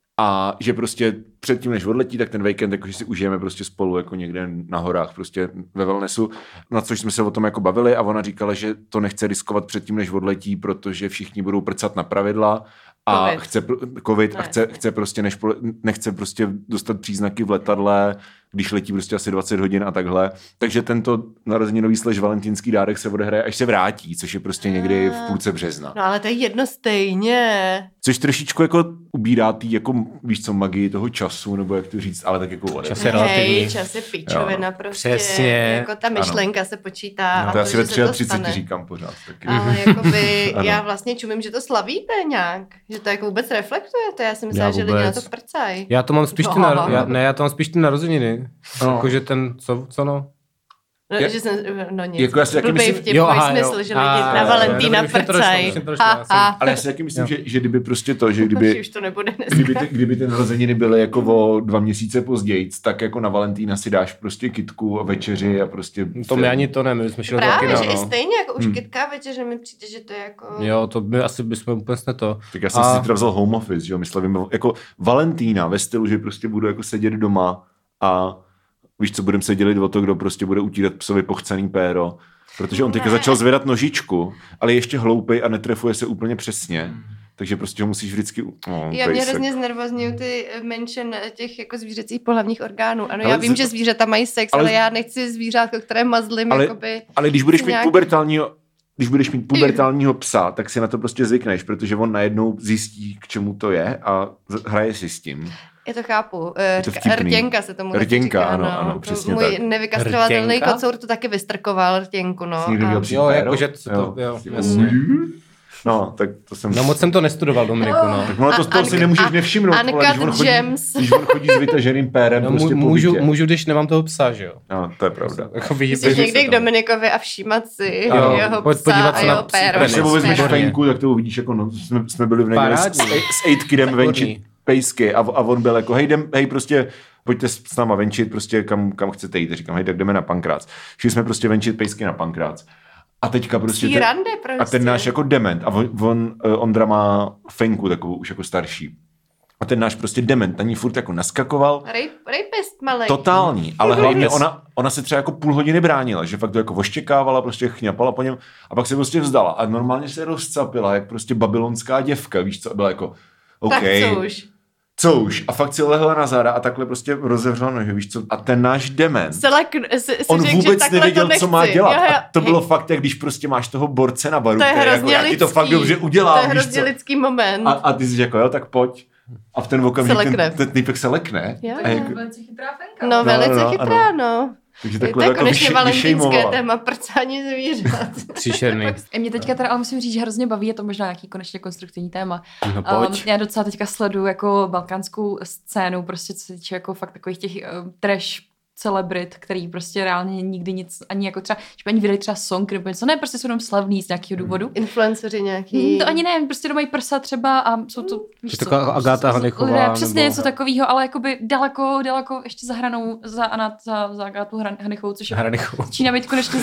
a že prostě předtím, než odletí, tak ten víkend jakože si užijeme prostě spolu jako někde na horách, prostě ve wellnessu, na což jsme se o tom jako bavili a ona říkala, že to nechce riskovat předtím, než odletí, protože všichni budou prcat na pravidla a Covid. chce pr- covid a Ne, chce, jasně. chce prostě než pole- nechce prostě dostat příznaky v letadle, když letí prostě asi dvacet hodin a takhle. Takže tento narozeninový slash valentínský dárek se odehraje, až se vrátí, což je prostě někdy v půlce března. No ale to je jedno stejně. Což trošičku jako ubírá tý, jako víš co, magii toho času, nebo jak to říct, ale tak jako whatever. Čas je relativní. Hej, čas je pičovina prostě. Přesně. Jako ta myšlenka se počítá. No, a to já to, si ve že se to třiceti tři stane. říkám pořád. Taky. Ale jakoby, Ano. já vlastně čumím, že to slavíte nějak. Že to jako vůbec reflektujete. Já si myslela, Já že lidi na vůbec. to prcají. Já to mám spíš ty, No. na, já, ne, já to mám spíš ty narozeniny. No. Jakože ten, co, co no? No, Je- že jsem, no nic. Jako já si taky Blbej myslím- vtip, Jo, máš aha, jo. smysl, že lidi A, na jo, Valentína jo, už mě to došlo, prcají. už mě to došlo, já jsem- Ha, Ale ha. já si taky myslím, že, že kdyby prostě to, že Už kdyby, už to nebude kdyby, dneska. ty, kdyby ty narozeniny byly jako o dva měsíce později, tak jako na Valentína si dáš prostě kytku a večeři a prostě... To my ani to ne, my jsme šli do Právě, kina, že i no. stejně jako už Hmm. kytka večeře mi přijde, že to je jako... Jo, to by asi bychom úplně sne to. Tak já jsem A- si teda vzal home office, že jo, myslím, jako Valentína ve stylu, že prostě budu jako sedět doma a víš co, budeme se dělit o to, kdo prostě bude utírat psovi pochcený péro. Protože on teďka Ne. začal zvedat nožičku, ale je ještě hloupej a netrefuje se úplně přesně. Takže prostě ho musíš vždycky... No, Já mě pejsek. hrozně znervozňují ty mention těch jako zvířecích pohlavních orgánů. Ano, Ale já vím, z- že zvířata mají sex, ale- ale, já nechci zvířátko, které mazlím, Ale- jakoby... Ale když budeš mít nějak- pubertálního, když budeš mít pubertálního psa, tak si na to prostě zvykneš, protože on najednou zjistí, k čemu to je a z- hraje si s tím. Já to chápu. Je to vtipný. Rtěnka se tomu Rtěnka, říká, ano, no. ano, přesně Můj tak. nevykastrovatelný Rtěnka? kocour to taky vystrkoval, rtěnku, no. Jsi někdy měl přijít Jo, péro? jakože to, Jo. jo, jasně. No, tak to jsem... No moc jsem to nestudoval, Dominiku, no. Tak ono to z toho si Uncut- nemůžeš nevšimnout, Uncut vole, když on, chodí, Gems. když on chodí s vytaženým pérem No, prostě po můžu, bytě. můžu, když nemám toho psa, že jo. No, to je pravda. Jako vidí, Jsi někdy k Dominikovi a všímat si Jo, jeho pojď psa podívat a se na jeho psí péro. Když se penis. vezmeš Výborně. fenku, tak to uvidíš, jako no, jsme, jsme byli v neděli s, Parádní. s Aidkidem Výborný. venčit pejsky a, a on byl jako, hej, jdem, hej, prostě pojďte s náma venčit, prostě kam, kam chcete jít. Říkám, hej, tak jdeme na Pankrác. Šli jsme prostě venčit pejsky na Pankrác. A teďka prostě... Psí rande prostě. A ten náš jako dement. A on, on uh, Ondra má fenku takovou už jako starší. A ten náš prostě dement na ní furt jako naskakoval. Rej, rejpist malej. Totální, ale hlavně ona, ona se třeba jako půl hodiny bránila, že fakt to jako voštěkávala, prostě chňapala po něm a pak se prostě vzdala a normálně se rozcapila, jak prostě babylonská děvka, víš co, a byla jako OK. Tak co už? Co už? A fakt si lehla na záda a takhle prostě rozevřela nohy, víš co? A ten náš dement, Selek, si, si on řek, vůbec že nevěděl, to co má dělat. Jo, jo. A to bylo fakt, jak když prostě máš toho borce na baru, To je který jako, hrozně já ti lidský. to fakt dobře udělám, To je víš hrozně co? lidský moment. A, a ty jsi jako, jo, tak pojď. A v ten okamžik Se ten, lekne. ten týpek se lekne. Jo, A jo. jako, Velice chytrá fenka. No, No, velice no, no, chytrá, no. takže To takhle je jako konečně vyše- valentínské vyšejmovala. téma prcání zvířat. Příšerný. A mě teďka teda, ale musím říct, že hrozně baví, je to možná nějaký konečně konstruktivní téma. No pojď. Um, já docela teďka sleduju jako balkánskou scénu, prostě co se týče jako fakt takových těch uh, trash celebrit, který prostě reálně nikdy nic, ani jako třeba, že by ani vydali třeba song nebo něco, ne, prostě jsou jenom slavný z nějakého důvodu. Influenceři nějaký. Mm, to ani ne, prostě mají prsa třeba a jsou to, víš Že co, taková Agáta Hanechová, lidé, přesně nebo- něco takového, ale jakoby daleko, daleko ještě za hranou za, Anat, za, za Agátu Hran- Hanechovou, což je Hranichu. začíná být konečně,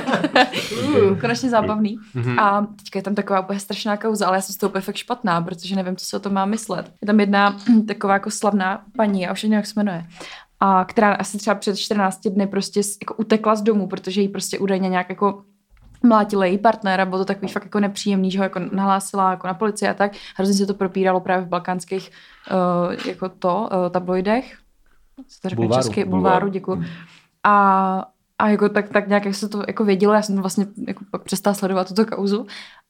konečně zábavný. A teďka je tam taková úplně strašná kauza, ale já jsem z toho úplně fakt špatná, protože nevím, co se o tom má myslet. Je tam jedna taková jako slavná paní, já už nevím, jak se jmenuje, a která asi třeba před čtrnácti dny prostě s- jako utekla z domu, protože jí prostě údajně nějak jako mlátila její partner a bylo to takový fakt jako nepříjemný, že ho jako nahlásila jako na policii a tak. Hrozně se to propíralo právě v balkánských uh, jako to, uh, tabloidech. Co to řekne Bulváru. česky? Bulváru, děkuji. A, a jako tak, tak nějak jak se to jako vědělo, já jsem to vlastně jako pak přestala sledovat tuto kauzu.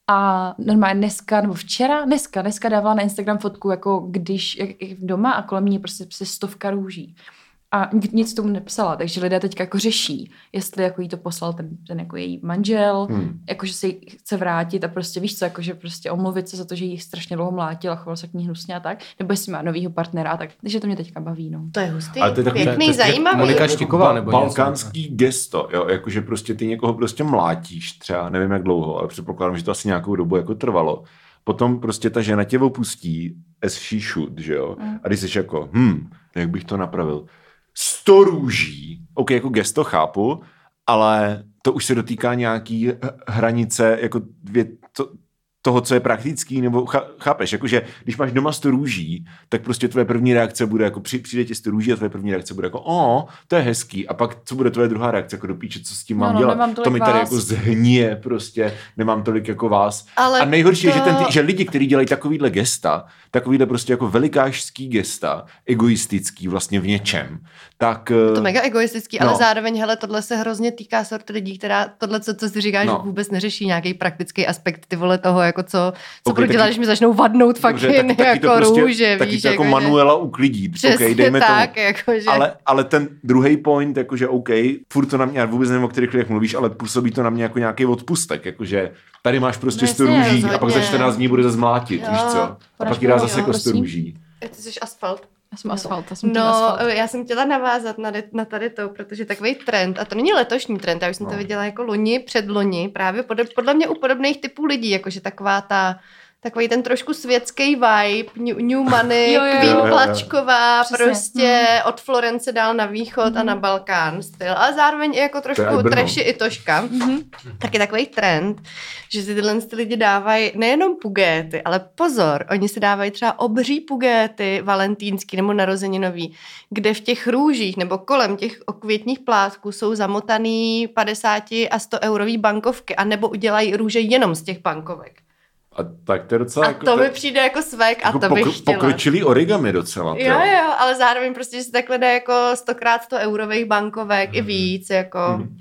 A normálně dneska, nebo včera, dneska, dneska dávala na Instagram fotku, jako když jak, jak doma a kolem ní prostě, prostě stovka růží. A nic tomu nepsala, takže lidé teďka jako řeší, jestli jako jí to poslal ten, ten jako její manžel, hmm. jakože se jí chce vrátit a prostě víš co, jakože prostě omluvit se za to, že jí strašně dlouho mlátil a choval se k ní hnusně a tak, nebo jestli má novýho partnera a tak, takže to mě teďka baví, no. To je hustý, Ale to je takový- pěkný, to je- zajímavý. Monika Štiková nebo něco. balkánský gesto, jo, jakože prostě ty někoho prostě mlátíš třeba, nevím jak dlouho, ale předpokládám, že to asi nějakou dobu jako trvalo. Potom prostě ta žena tě opustí as she should, že jo. A když jsi jako, hm, jak bych to napravil? Sto růží, ok, jako gesto chápu, ale to už se dotýká nějaký h- hranice, jako dvě, to, toho, co je praktický, nebo ch- chápeš, jakože když máš doma sto růží, tak prostě tvoje první reakce bude jako při, přijde ti sto růží a tvoje první reakce bude jako o, to je hezký a pak co bude tvoje druhá reakce, jako do píče, co s tím No, mám no, dělat, nemám tolik to mi tady vás. jako zhnije prostě, nemám tolik jako vás. Ale A nejhorší je, to- že, ten, že lidi, kteří dělají takovýhle gesta, takovýhle prostě jako velikářský gesta, egoistický vlastně v něčem, tak... To mega egoistický, No. ale zároveň, hele, tohle se hrozně týká sorty lidí, která tohle, co, co si říkáš, No. že vůbec neřeší nějaký praktický aspekt, ty vole toho, jako co, co Ok, budu taky- dělat, když mi začnou vadnout fakt Dobře, taky, taky jako to prostě, růže, taky víš, to jako že- Manuela uklidí. Přesně Okay, dejme tak, tomu. jakože... Ale, ale ten druhý point, jakože OK, furt to na mě, já vůbec nevím, o kterých lidech mluvíš, ale působí to na mě jako nějaký odpustek, jakože tady máš prostě No sto jasně, růží a pak za rozhodně. čtrnáct dní bude zase mlátit, Jo, víš co? A podař pak jí dá mi, zase jo, jako sto prosím. růží. Ty jsi asfalt. Já jsem asfalt, já jsem tím No, asfalt. já jsem chtěla navázat na, na tady to, protože takový trend, a to není letošní trend, já už jsem No. to viděla jako loni, předloni, právě pod, podle mě u podobných typů lidí, jakože taková ta, takový ten trošku světský vibe, New, new Money, Jo, jo, jo. Queen Jo, jo, jo. Plačková, Přesně. prostě od Florence dál na východ a na Balkán styl, ale zároveň i jako trošku je Brno. trashy i toška. Tak je takový trend, že si tyhle ty lidi dávají nejenom pugéty, ale pozor, oni si dávají třeba obří pugéty valentýnský nebo narozeninový, kde v těch růžích nebo kolem těch okvětních plátků jsou zamotaný padesát a sto eurový bankovky a nebo udělají růže jenom z těch bankovek. A tak to je docela A jako... to mi přijde jako svek a jako to bych pokro- chtěla. pokročilý origami docela. Jo, jo, ale zároveň prostě, že se takhle jde jako stokrát sto eurových bankovek mm. i víc, jako... Mm.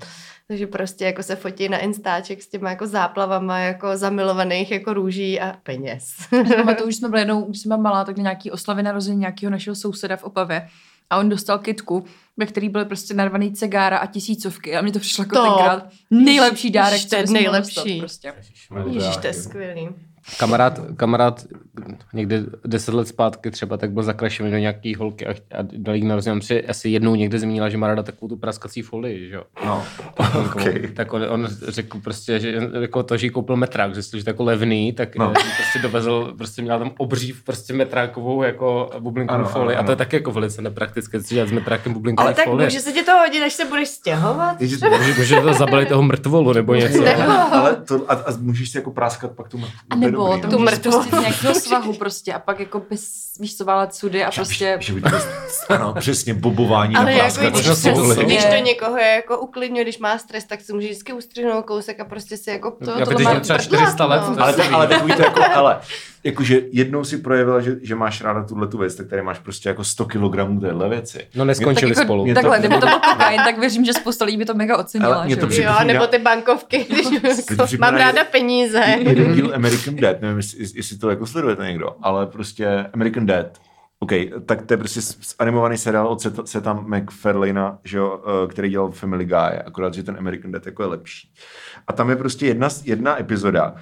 Takže prostě jako se fotí na Instaček s těma jako záplavama jako zamilovaných jako růží a peněz. To už jsme byli jednou, když jsem byla malá, tak na nějaký oslavy narození nějakého našeho souseda v Opavě. A on dostal kytku, ve který byly prostě narvaný cigára a tisícovky. A mně to přišlo jako To. tenkrát nejlepší dárek, Ježiš, to je co jsem mohla nejlepší. dostat prostě. Ježiš, to je skvělý. Kamarád, kamarád někdy deset let zpátky třeba tak byl zakrašený do nějaký holky a, a dal jí narozením. Asi jednou někde zmínila, že má ráda takovou tu praskací folii, že jo. No, Okay. Tak on, on řekl prostě, že jako to, že jí koupil metrák, že je to jako levný, tak no. prostě dovezl, prostě měla tam obří prostě metrákovou jako bublinkovou folii a to je taky jako velice nepraktické, co dělat s metrákem bublinkovou Ale tak folie. může se ti to hodit, až se budeš stěhovat? Může, může to zabalit toho mrtvolu nebo něco. Ale to, a, a můžeš si jako práskat pak tu A nebo dobrý, to no. můžeš spustit z nějakého svahu prostě a pak jako bez, víš co, válet sudy a prostě... Že, že ano, přesně, bobování ale na jako práskat. když, Možná přes, si když to někoho je jako uklidňuje, když má stres, tak si může vždycky ustřihnout kousek a prostě si jako to, Já to bych má třeba prdlat, čtyři sta let. no. Ale, to, ale takový to jako, ale, jakože jednou si projevila, že, že máš ráda tuhletu věc, tak tady máš prostě jako sto kilogramů téhle věci. No neskončili tak spolu. mě to- Takhle, kdyby to byl kokain, tak věřím, že spousta lidí by to mega ocenila. Ale mě to že? přijde- Jo, nebo ty bankovky, když jako, mám ráda peníze. Jeden díl American Dad, nevím, jestli, jestli to jako sledujete někdo, ale prostě American Dad, OK, tak to je prostě animovaný seriál od Seta, Seta MacFarlane'a, že jo, který dělal Family Guy, akorát, že ten American Dad jako je lepší. A tam je prostě jedna, jedna epizoda,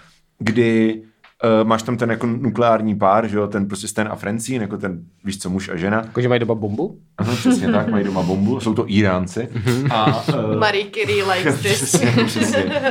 kdy uh, máš tam ten jako nukleární pár, že jo, ten prostě Stan a Francine, jako ten, víš co, muž a žena. Jako, že mají doma bombu? Aha, přesně tak, mají doma bombu, jsou to Iránci. A, uh, Marie Curie likes this. přesně, přesně.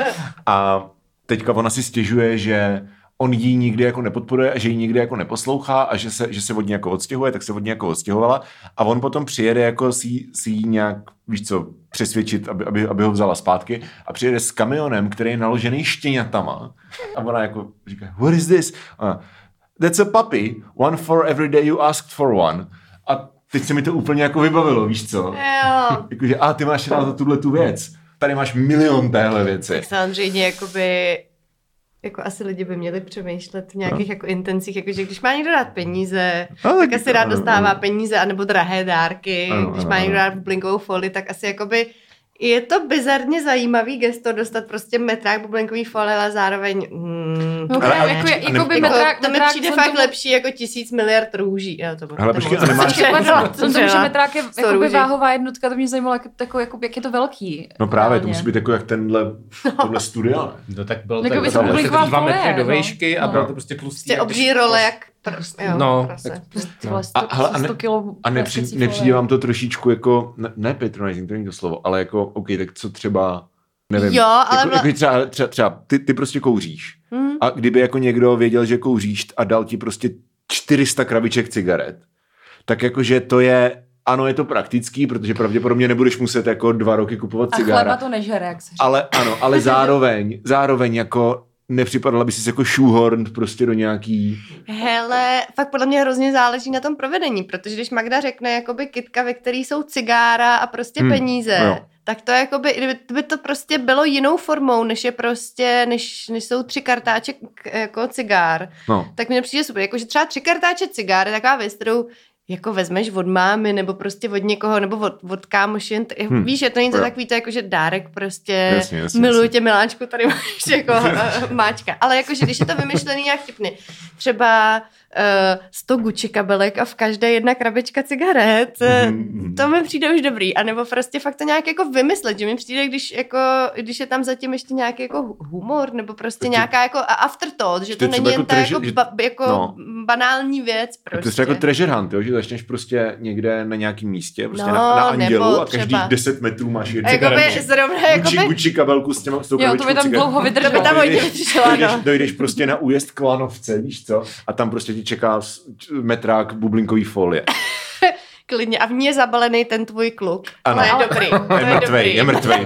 A teďka ona si stěžuje, že on jí nikdy jako nepodporuje a že jí nikdy jako neposlouchá a že se, že se od ní jako odstěhuje, tak se od ní jako odstěhovala a on potom přijede jako si, si jí nějak, víš co, přesvědčit, aby, aby, aby ho vzala zpátky a přijede s kamionem, který je naložený štěňatama a ona jako říká, what is this? A, that's a puppy, one for every day you asked for one. A teď se mi to úplně jako vybavilo, víš co? Jo. Jakože, a ty máš rád za tuhle tu věc. Tady máš milion téhle věci. Tak samozřejmě jakoby jako asi lidi by měli přemýšlet v nějakých no. jako intencích, jakože když má někdo rád peníze, no, tak, tak asi rád dostává ano. peníze, anebo drahé dárky. Ano, když ano, má někdo rád bublinkovou folii, tak asi jakoby je to bizarně zajímavý gesto dostat prostě metrák bublinkový folie, ale zároveň... Hmm, no, ale, ale, jako, jako by jako, metrák, to mi metrák, přijde fakt tomu... lepší jako tisíc miliard růží. Jo, to bylo hele, počkej, ale máš... Jsem tomu, že metrák je jakoby váhová jednotka, to mě zajímalo, jak, jako, jako, jak je to velký. No právě, to musí být jako jak tenhle, tohle studia. No tak bylo jako tak, tak bylo dva metry do no. vejšky a no. bylo to prostě tlustý. Prostě obří role, jak prostě, jo, no, prostě. no. A, hele, a, ne, a nepřijde, nepřijde vám to trošičku jako, ne, ne patronizing, to není to slovo, ale jako, OK, tak co třeba, nevím, jo, ale jako, vla... jako třeba, třeba, třeba ty, ty prostě kouříš hmm. a kdyby jako někdo věděl, že kouříš a dal ti prostě čtyři sta krabiček cigaret, tak jakože to je, ano, je to praktický, protože pravděpodobně nebudeš muset jako dva roky kupovat cigára. A chleba to nežere, jak se říká. Ale ano, ale zároveň, zároveň jako nepřipadala by si jako shoehorned prostě do nějaký... Hele, fakt podle mě hrozně záleží na tom provedení, protože když Magda řekne jakoby kytka, ve který jsou cigára a prostě hmm, peníze, no. tak to jakoby, kdyby to prostě bylo jinou formou, než je prostě, než, než jsou tři kartáče jako cigár, no. tak mi nepřijde super. Jakože třeba tři kartáče cigár je taková věc, kterou jako vezmeš od mámy, nebo prostě od někoho, nebo od, od kámoši, hmm. víš, že to není to takový to jako, že dárek prostě, jasně, jasně, miluji jasně. tě Miláčku, tady máš jako uh, máčka. Ale jakože, když je to vymyšlený nějak vtipný, třeba uh, sto Gucci kabelek a v každé jedna krabička cigaret, mm-hmm. to mi přijde už dobrý. A nebo prostě fakt to nějak jako vymyslet, že mi přijde, když, jako, když je tam zatím ještě nějaký jako humor, nebo prostě to nějaká jako afterthought, že to, to není jen ta jako, že, ba, jako no. banální věc prostě. To je jako treasure hunt, jo? Že začneš prostě někde na nějakém místě, prostě no, na, na Andělu a každých třeba. deset metrů máš jednu jakoby, zrovna, jakoby... Gucci, Gucci kabelku s, těma, s tou jo, to by tam cigaret. dlouho vydrželo. To by tam hodně vydrželo, dojdeš, no. dojdeš prostě na újezd k Lanovce, víš co? A tam prostě ti čeká metrák bublinkový folie. Klidně. A v ní je zabalený ten tvůj kluk. Ano. To je dobrý. To je mrtvej, je mrtvej.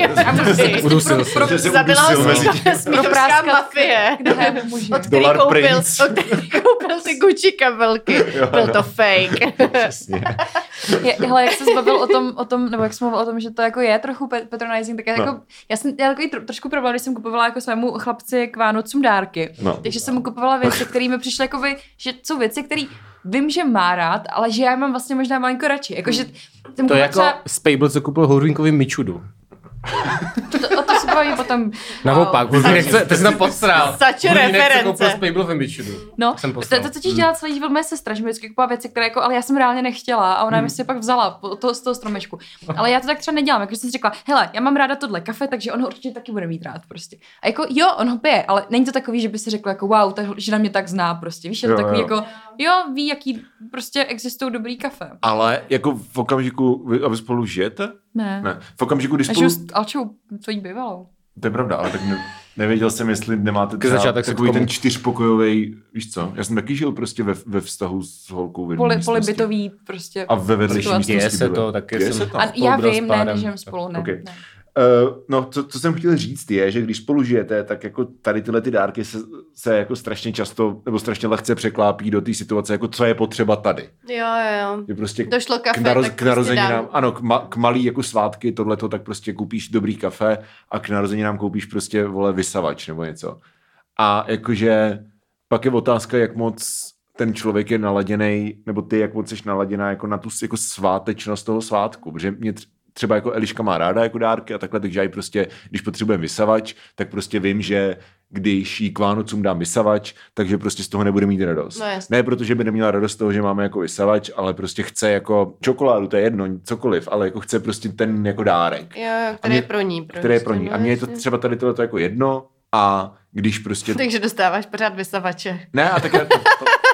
Udusil se. Zabila ho smíchovská mafie. Od který koupil, od který koupil ty Gucci kabelky. Byl to fake. Je, hele, jak se zbavil o tom, o tom, nebo jak jsem mluvil o tom, že to jako je trochu patronizing, tak já, no. jako, já jsem já takový tro, trošku problém, když jsem kupovala jako svému chlapci k Vánocům dárky. No. Takže jsem mu kupovala věci, které mi přišly jakoby, že jsou věci, které vím, že má rád, ale že já mám vlastně možná malinko radši. Jako, že to je jako třeba... Spable, co koupil Houdinkovi Mičudu. To, o to se baví potom. Naopak, wow. nechce, ty jsi tam posral. Sačo reference. Jsem koupil v Bičudu. No, to, to totiž dělá celý život moje sestra, že mi vždycky kupovala věci, které jako, ale já jsem reálně nechtěla a ona mi si pak vzala to, z toho stromečku. Ale já to tak třeba nedělám, jakože jsem si řekla, hele, já mám ráda tohle kafe, takže on ho určitě taky bude mít rád prostě. A jako jo, on ho pije, ale není to takový, že by si řekla jako wow, ta žena mě tak zná prostě. Víš, je to jo, takový jo. jako jo, ví, jaký prostě existují dobrý kafe. Ale jako v okamžiku, vy, a vy spolu žijete? Ne. Ne. V okamžiku, kdy spolu... spolu... A žiju s Alčou, co jí bývalo. To je pravda, ale tak ne, nevěděl jsem, jestli nemáte třeba takový ten čtyřpokojový, víš co, já jsem taky žil prostě ve, ve vztahu s holkou v jedné Poli, místnosti. Polibytový prostě. A ve vedlejší místnosti. Děje se to, taky Děje jsem... se to. A já vím, ne, nežijem spolu, ne. Okay. ne. Uh, no, co, co jsem chtěl říct je, že když spolu žijete, tak jako tady tyhle ty dárky se, se jako strašně často, nebo strašně lehce překlápí do té situace, jako co je potřeba tady. Jo, jo, jo. Je prostě došlo kafe, k, naroz, tak k narozeninám, prostě ano, k, ma, k malý jako svátky, tohleto, tak prostě koupíš dobrý kafe a k narozeninám koupíš prostě, vole, vysavač nebo něco. A jakože pak je otázka, jak moc ten člověk je naladěnej, nebo ty, jak moc jsi naladěná jako na tu jako svátečnost toho svátku, protože mě tř- třeba jako Eliška má ráda jako dárky a takhle, takže já ji prostě, když potřebujeme vysavač, tak prostě vím, že když jí k Vánocům dám vysavač, takže prostě z toho nebude mít radost. No ne protože by neměla radost z toho, že máme jako vysavač, ale prostě chce jako čokoládu, to je jedno, cokoliv, ale jako chce prostě ten jako dárek. Jo, jo, který mě, je pro ní. Prostě, který je pro ní. No, a mně je to třeba tady tohle jako jedno a když prostě... Takže dostáváš pořád vysavače. Ne, a tak, to, to,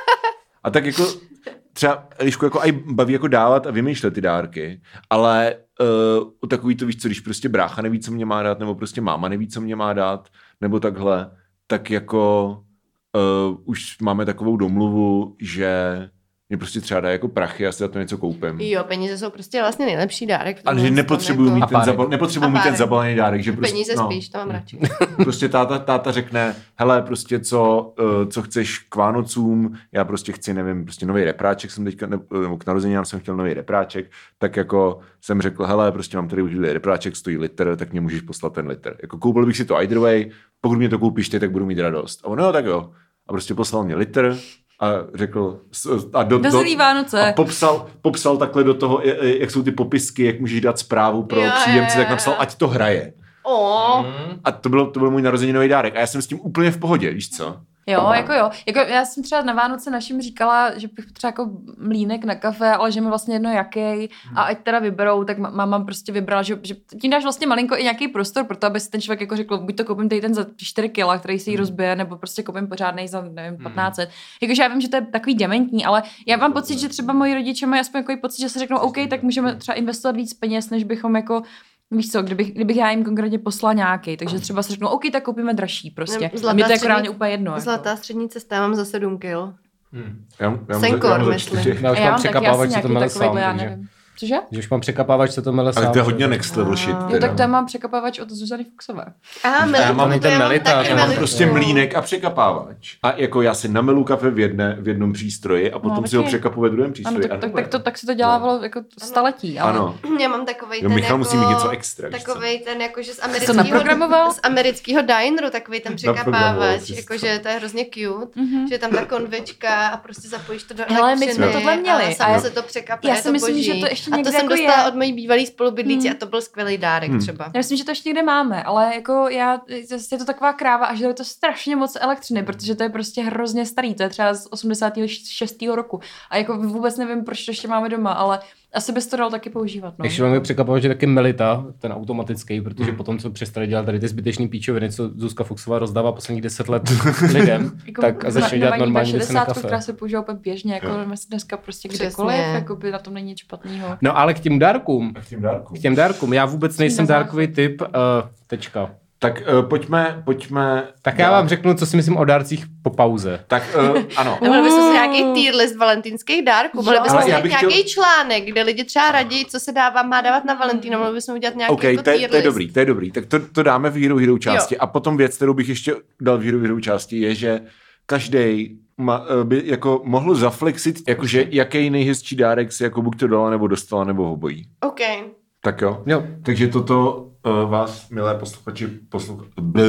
a tak jako třeba Elišku jako aj baví jako dávat a vymýšlet ty dárky, ale uh, takový to víš co, když prostě brácha neví, co mě má dát, nebo prostě máma neví, co mě má dát, nebo takhle, tak jako uh, už máme takovou domluvu, že mě prostě třeba dá jako prachy a si za to něco koupím. Jo, peníze jsou prostě vlastně nejlepší dárek. Ale že nepotřebuju jako... mít ten, zabal, nepotřebuju mít ten zabalený dárek. Že prostě, peníze no, spíš, to mám radši. Prostě táta, táta řekne, hele, prostě co, uh, co chceš k Vánocům, já prostě chci, nevím, prostě nový repráček jsem teďka, nebo k narozeninám jsem chtěl nový repráček, tak jako jsem řekl, hele, prostě mám tady už repráček, stojí litr, tak mě můžeš poslat ten litr. Jako koupil bych si to either way, pokud mě to koupíš ty, tak budu mít radost. A ono, no, tak jo. A prostě poslal mě litr, a řekl a, do, do, Vánoce. A popsal, popsal takhle do toho, jak jsou ty popisky, jak můžeš dát zprávu pro jo, příjemce, tak napsal, ať to hraje. Oh. A to, bylo, to byl můj narozeninový dárek. A já jsem s tím úplně v pohodě, víš co? Jo, Aha. jako jo. Jako já jsem třeba na Vánoce našim říkala, že bych třeba jako mlýnek na kafe, ale že mi vlastně jedno jaký a ať teda vyberou, tak máma prostě vybrala, že, že tím dáš vlastně malinko i nějaký prostor pro to, aby si ten člověk jako řekl, buď to koupím tady ten za čtyři kila, který si ji rozbije, nebo prostě koupím pořádnej za, nevím, patnáct set. Jakože já vím, že to je takový dementní, ale já mám pocit, že třeba moji rodiče mají aspoň takový pocit, že se řeknou, OK, tak můžeme třeba investovat víc peněz, než bychom jako víš co, kdybych, kdybych já jim konkrétně poslala nějaký, takže třeba se řeknou, OK, tak koupíme dražší prostě. A mě to je reálně úplně jedno. Zlatá jako. střední cesta, mám za sedm kil. Hmm. Já, já Senkor, myslím. Já už mám překapávač, co to mele sám, já takže... nevím. Cože? Že už mám překapávač, co to mele sám. Ale to je hodně next level shit. Jo, tak tam mám překapávač od Zuzany Fuchsové. Aha, já, já mám ten melita. Já mám prostě mlýnek a překapávač. A jako já si namelu kafe v, jedné, v jednom přístroji a potom no, si ho překapu ve druhém přístroji. Ano, tak, tak, tak, to, tak se to dělávalo no. jako staletí. Ale... Ano. Já mám takovej jo, ten Michal jako... musí mít něco extra. Takovej ten jakože z amerického, z amerického dineru, takovej ten překapávač. Jakože to je hrozně cute, že je tam ta konvička a prostě zapojíš to do elektřiny. Ale my jsme tohle měli. A se to překapá, já si myslím, že to ještě někde jako je. Od mojí bývalý spolubydlící hmm. a to byl skvělý dárek hmm. třeba. Já myslím, že to ještě někde máme, ale jako já, je to taková kráva a že je to strašně moc elektřiny, protože to je prostě hrozně starý, to je třeba z osmdesátého šestého roku a jako vůbec nevím, proč to ještě máme doma, ale asi bys to dal taky používat. No. Ještě máme překvapovat, že taky Melita, ten automatický, protože mm. potom, co přestali dělat tady ty zbytečný píčoviny, co Zuzka Fuchsová rozdává posledních deset let lidem, jako tak a začne dělat normální věci na kafe. Která se používá úplně běžně, jako dneska prostě kdekoliv, jako by na tom není nic špatného. No ale k těm dárkům. K těm dárkům. K těm dárkům. Já vůbec nejsem dárkový typ. Uh, tečka. Tak uh, pojďme, pojďme... Tak já vám řeknu, co si myslím o dárcích po pauze. Tak uh, ano. Mohli bychom si nějaký tier list valentínských dárků. Mohli bychom si nějaký chtěl... článek, kde lidi třeba radí, co se dává, má dávat na Valentína. Mohli bychom udělat nějaký okay, jako to, tier list. to je dobrý, to je dobrý. Tak to, to dáme v Hero Hero části. Jo. A potom věc, kterou bych ještě dal v Hero Hero části, je, že každej ma, by jako mohl zaflexit, jakože jaký nejhezčí dárek si jako buď to dala, nebo dostala, nebo obojí. OK. Tak jo. jo. Takže toto uh, vás, milé posluchači, posluch...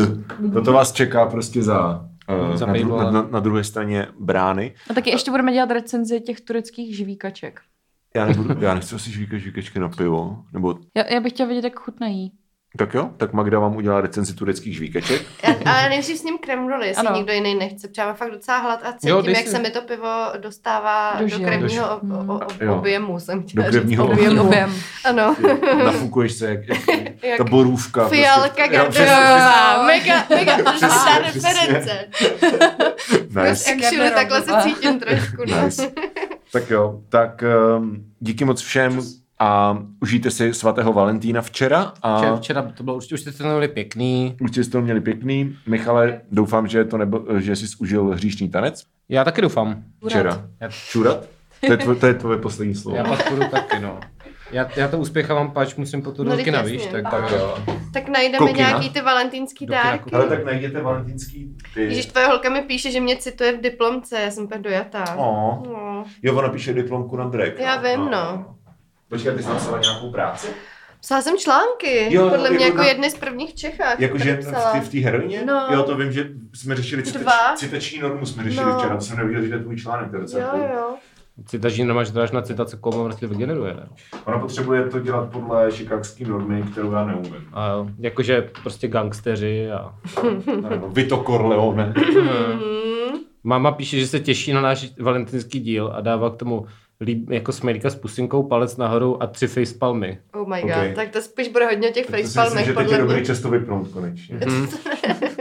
toto vás čeká prostě za, uh, na, dru- na, na, na druhé straně brány. A taky ještě budeme dělat recenzi těch tureckých žvíkaček. Já, nebudu, já nechci asi žvíkat žvíkačky na pivo. Nebo... Já, já bych chtěla vědět, jak chutnají. Tak jo, tak Magda vám udělá recenzi tureckých žvíkaček. Ale nejdřív s ním kremroli, jestli Ano. nikdo jiný nechce. Třeba mám fakt docela hlad a cítím, Jo, dej jak si. se mi to pivo dostává Do do, žil. krevního Do o, o, o, Jo. objemu, jsem Do chtěla říct. krevního objemu. Objem. Ano. Nafukuješ se jak, jak Jak ta borůvka. Fialka prostě. Jo, přesně, Gardnerová. Mega, mega, to je Přesně, ta přesně. reference. Nice. Actually, takhle se cítím trošku. No. Nice. Tak jo, tak um, díky moc všem a užijte si svatého Valentína včera a Včera, včera to bylo určitě, už jste to měli pěkný. určitě jste to měli pěkný. Michale, doufám, že to nebyl, že jsi užil hříšný tanec Já taky doufám. včera. Já, Čurat? To je, tvoje, to je tvoje poslední slovo. já pak půjdu taky, no. Já, já to úspěchávám, pač musím po tu No, do teď kina, jasně. víš, tak, Tak jo. Tak najdeme Kokina? nějaký ty valentýnský Do kina dárky. Ale tak najděte valentínský ty... Ježíš, tvoje holka mi píše, že mě cituje v diplomce, já jsem úplně dojatá. Oh. No. Jo, ona píše diplomku na drag. Já vím, no. Počkej, ty jsi napsala nějakou práci? Psala jsem články, Jo, podle mě jako jako na- jedny z prvních v Čechách. Jakože které psala. v té v té heroině? No. Jo, to vím, že jsme řešili citač, Dva. citační normu, jsme řešili No. včera, to jsem neviděl, že to je tvůj článek, to je docela Jo, cool. jo. citační nemáš dáš na citace, komu vlastně vygeneruje, ne? Ona potřebuje to dělat podle chicagské normy, kterou já neumím. A jo, jakože prostě gangsteři a... Nebo Vito Corleone. Mm. Máma píše, že se těší na náš valentínský díl a dává k tomu líb, jako smejlíka s pusinkou, palec nahoru a tři facepalmy. Oh my god, Okay. tak to spíš bude hodně o těch Tak to si myslím, facepalmech, že teď je podle dobrý mě. často vypnout konečně. Mm.